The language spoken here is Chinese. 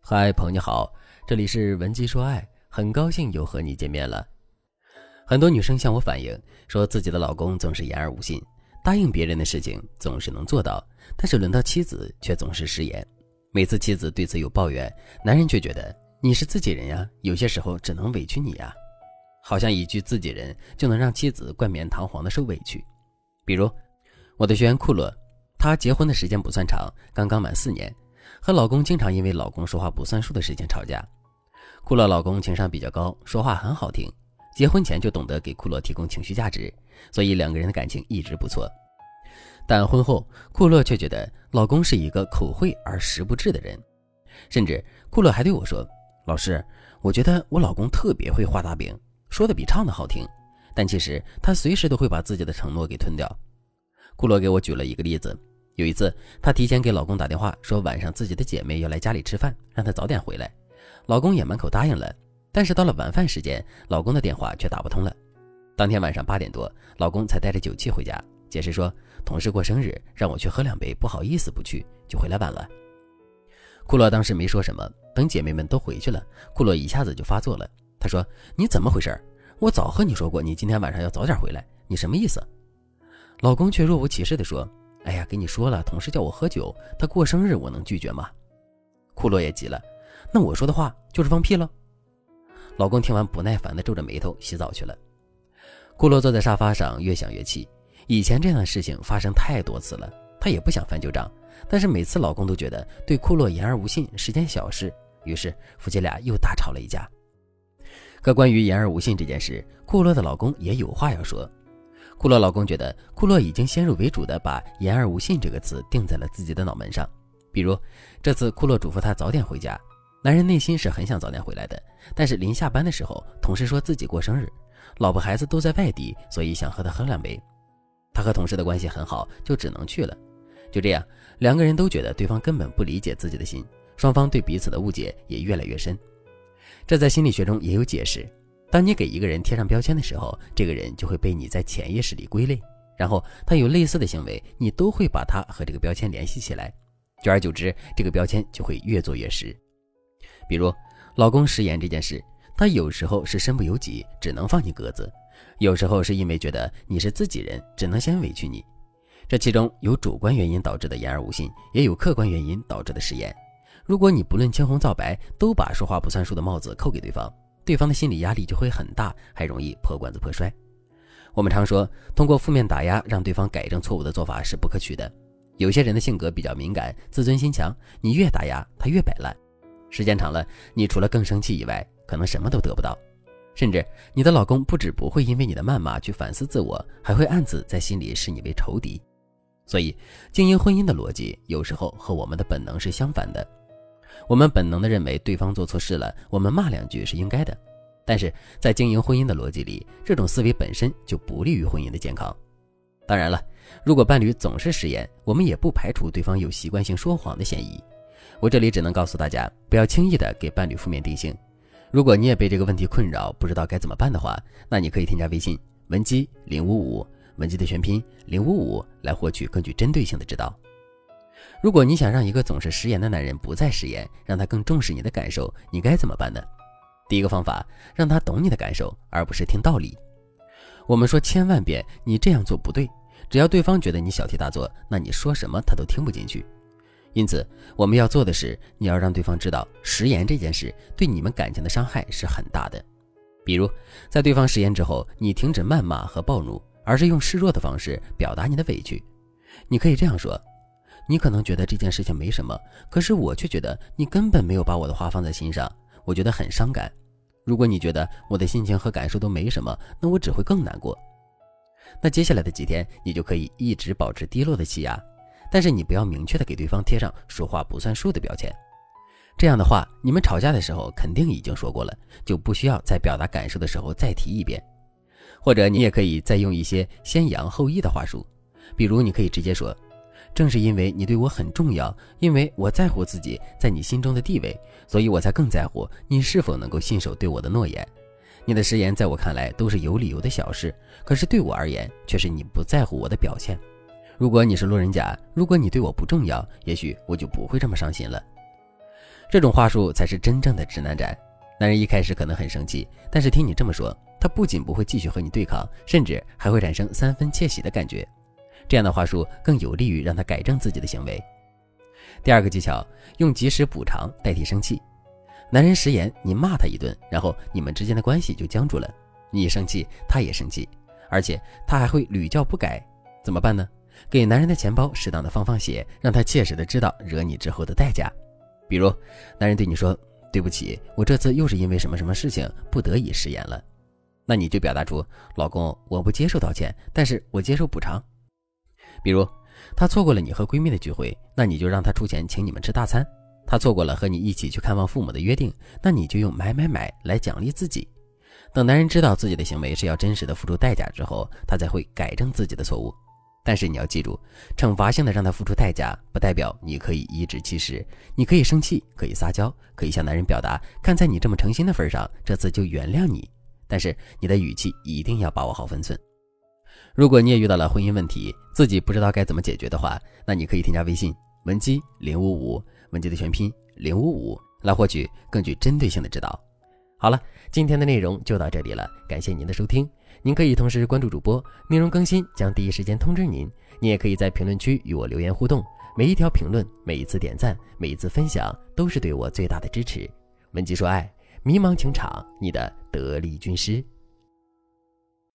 嗨，朋友你好，这里是文姬说爱，很高兴又和你见面了。很多女生向我反映，说自己的老公总是言而无信，答应别人的事情总是能做到，但是轮到妻子却总是食言。每次妻子对此有抱怨，男人却觉得你是自己人呀，有些时候只能委屈你呀。好像一句自己人就能让妻子冠冕堂皇的受委屈。比如我的学员库洛，她结婚的时间不算长，刚刚满4年，和老公经常因为老公说话不算数的事情吵架。库洛老公情商比较高，说话很好听，结婚前就懂得给库洛提供情绪价值，所以2个人的感情一直不错。但婚后，库洛却觉得老公是一个口惠而实不至的人，甚至库洛还对我说，老师，我觉得我老公特别会画大饼，说的比唱的好听，但其实他随时都会把自己的承诺给吞掉。库洛给我举了一个例子，有一次她提前给老公打电话说晚上自己的姐妹要来家里吃饭，让她早点回来，老公也满口答应了，但是到了晚饭时间，老公的电话却打不通了。当天晚上8点多，老公才带着酒气回家，解释说同事过生日让我去喝2杯，不好意思不去，就回来晚了。库洛当时没说什么，等姐妹们都回去了，库洛一下子就发作了，他说，你怎么回事？我早和你说过你今天晚上要早点回来，你什么意思？老公却若无其事地说，哎呀，跟你说了，同事叫我喝酒，他过生日我能拒绝吗？库洛也急了，那我说的话就是放屁了？老公听完不耐烦地皱着眉头洗澡去了。库洛坐在沙发上越想越气，以前这样的事情发生太多次了，她也不想翻旧账，但是每次老公都觉得对库洛言而无信是件小事，于是夫妻俩又大吵了一架。可关于言而无信这件事，库洛的老公也有话要说。库洛老公觉得库洛已经先入为主地把言而无信这个词定在了自己的脑门上。比如这次库洛嘱咐他早点回家，男人内心是很想早点回来的，但是临下班的时候，同事说自己过生日，老婆孩子都在外地，所以想和他喝2杯。他和同事的关系很好，就只能去了。就这样，2个人都觉得对方根本不理解自己的心，双方对彼此的误解也越来越深。这在心理学中也有解释，当你给一个人贴上标签的时候，这个人就会被你在潜意识里归类，然后他有类似的行为，你都会把他和这个标签联系起来，久而久之，这个标签就会越做越实。比如老公食言这件事，他有时候是身不由己，只能放你鸽子，有时候是因为觉得你是自己人，只能先委屈你。这其中有主观原因导致的言而无信，也有客观原因导致的食言。如果你不论青红皂白都把说话不算数的帽子扣给对方，对方的心理压力就会很大，还容易破罐子破摔。我们常说，通过负面打压让对方改正错误的做法是不可取的。有些人的性格比较敏感，自尊心强，你越打压他越摆烂，时间长了，你除了更生气以外，可能什么都得不到。甚至你的老公不止不会因为你的谩骂去反思自我，还会暗自在心里视你为仇敌。所以经营婚姻的逻辑有时候和我们的本能是相反的。我们本能地认为对方做错事了，我们骂2句是应该的，但是在经营婚姻的逻辑里，这种思维本身就不利于婚姻的健康。当然了，如果伴侣总是食言，我们也不排除对方有习惯性说谎的嫌疑。我这里只能告诉大家，不要轻易地给伴侣负面定性。如果你也被这个问题困扰，不知道该怎么办的话，那你可以添加微信文姬055，文姬的全拼055，来获取更具针对性的指导。如果你想让一个总是食言的男人不再食言，让他更重视你的感受，你该怎么办呢？第一个方法，让他懂你的感受，而不是听道理。我们说千万遍你这样做不对，只要对方觉得你小题大做，那你说什么他都听不进去。因此我们要做的是，你要让对方知道食言这件事对你们感情的伤害是很大的。比如在对方食言之后，你停止谩骂和暴怒，而是用示弱的方式表达你的委屈。你可以这样说，你可能觉得这件事情没什么，可是我却觉得你根本没有把我的话放在心上，我觉得很伤感。如果你觉得我的心情和感受都没什么，那我只会更难过。那接下来的几天，你就可以一直保持低落的气压，但是你不要明确的给对方贴上说话不算数的标签。这样的话，你们吵架的时候肯定已经说过了，就不需要在表达感受的时候再提一遍。或者你也可以再用一些先扬后抑的话术，比如你可以直接说，正是因为你对我很重要，因为我在乎自己在你心中的地位，所以我才更在乎你是否能够信守对我的诺言。你的食言在我看来都是有理由的小事，可是对我而言却是你不在乎我的表现。如果你是路人甲，如果你对我不重要，也许我就不会这么伤心了。 这种话术才是真正的直男斩。男人一开始可能很生气，但是听你这么说，他不仅不会继续和你对抗，甚至还会产生3分窃喜的感觉。这样的话术更有利于让他改正自己的行为。第二个技巧，用及时补偿代替生气。男人食言，你骂他一顿，然后你们之间的关系就僵住了。你一生气，他也生气，而且他还会屡教不改。怎么办呢？给男人的钱包适当的放血，让他切实的知道惹你之后的代价。比如，男人对你说，对不起，我这次又是因为什么什么事情不得已食言了。那你就表达出，老公，我不接受道歉，但是我接受补偿。比如，他错过了你和闺蜜的聚会，那你就让他出钱请你们吃大餐。他错过了和你一起去看望父母的约定，那你就用买来奖励自己。等男人知道自己的行为是要真实的付出代价之后，他才会改正自己的错误。但是你要记住，惩罚性的让他付出代价，不代表你可以颐指气使。你可以生气，可以撒娇，可以向男人表达，看在你这么诚心的份上，这次就原谅你。但是你的语气一定要把握好分寸。如果你也遇到了婚姻问题，自己不知道该怎么解决的话，那你可以添加微信文姬055，文姬的全拼055，来获取更具针对性的指导。好了，今天的内容就到这里了，感谢您的收听。您可以同时关注主播，内容更新将第一时间通知您。你也可以在评论区与我留言互动，每一条评论，每一次点赞，每一次分享，都是对我最大的支持。文姬说爱，迷茫情场，你的得力军师。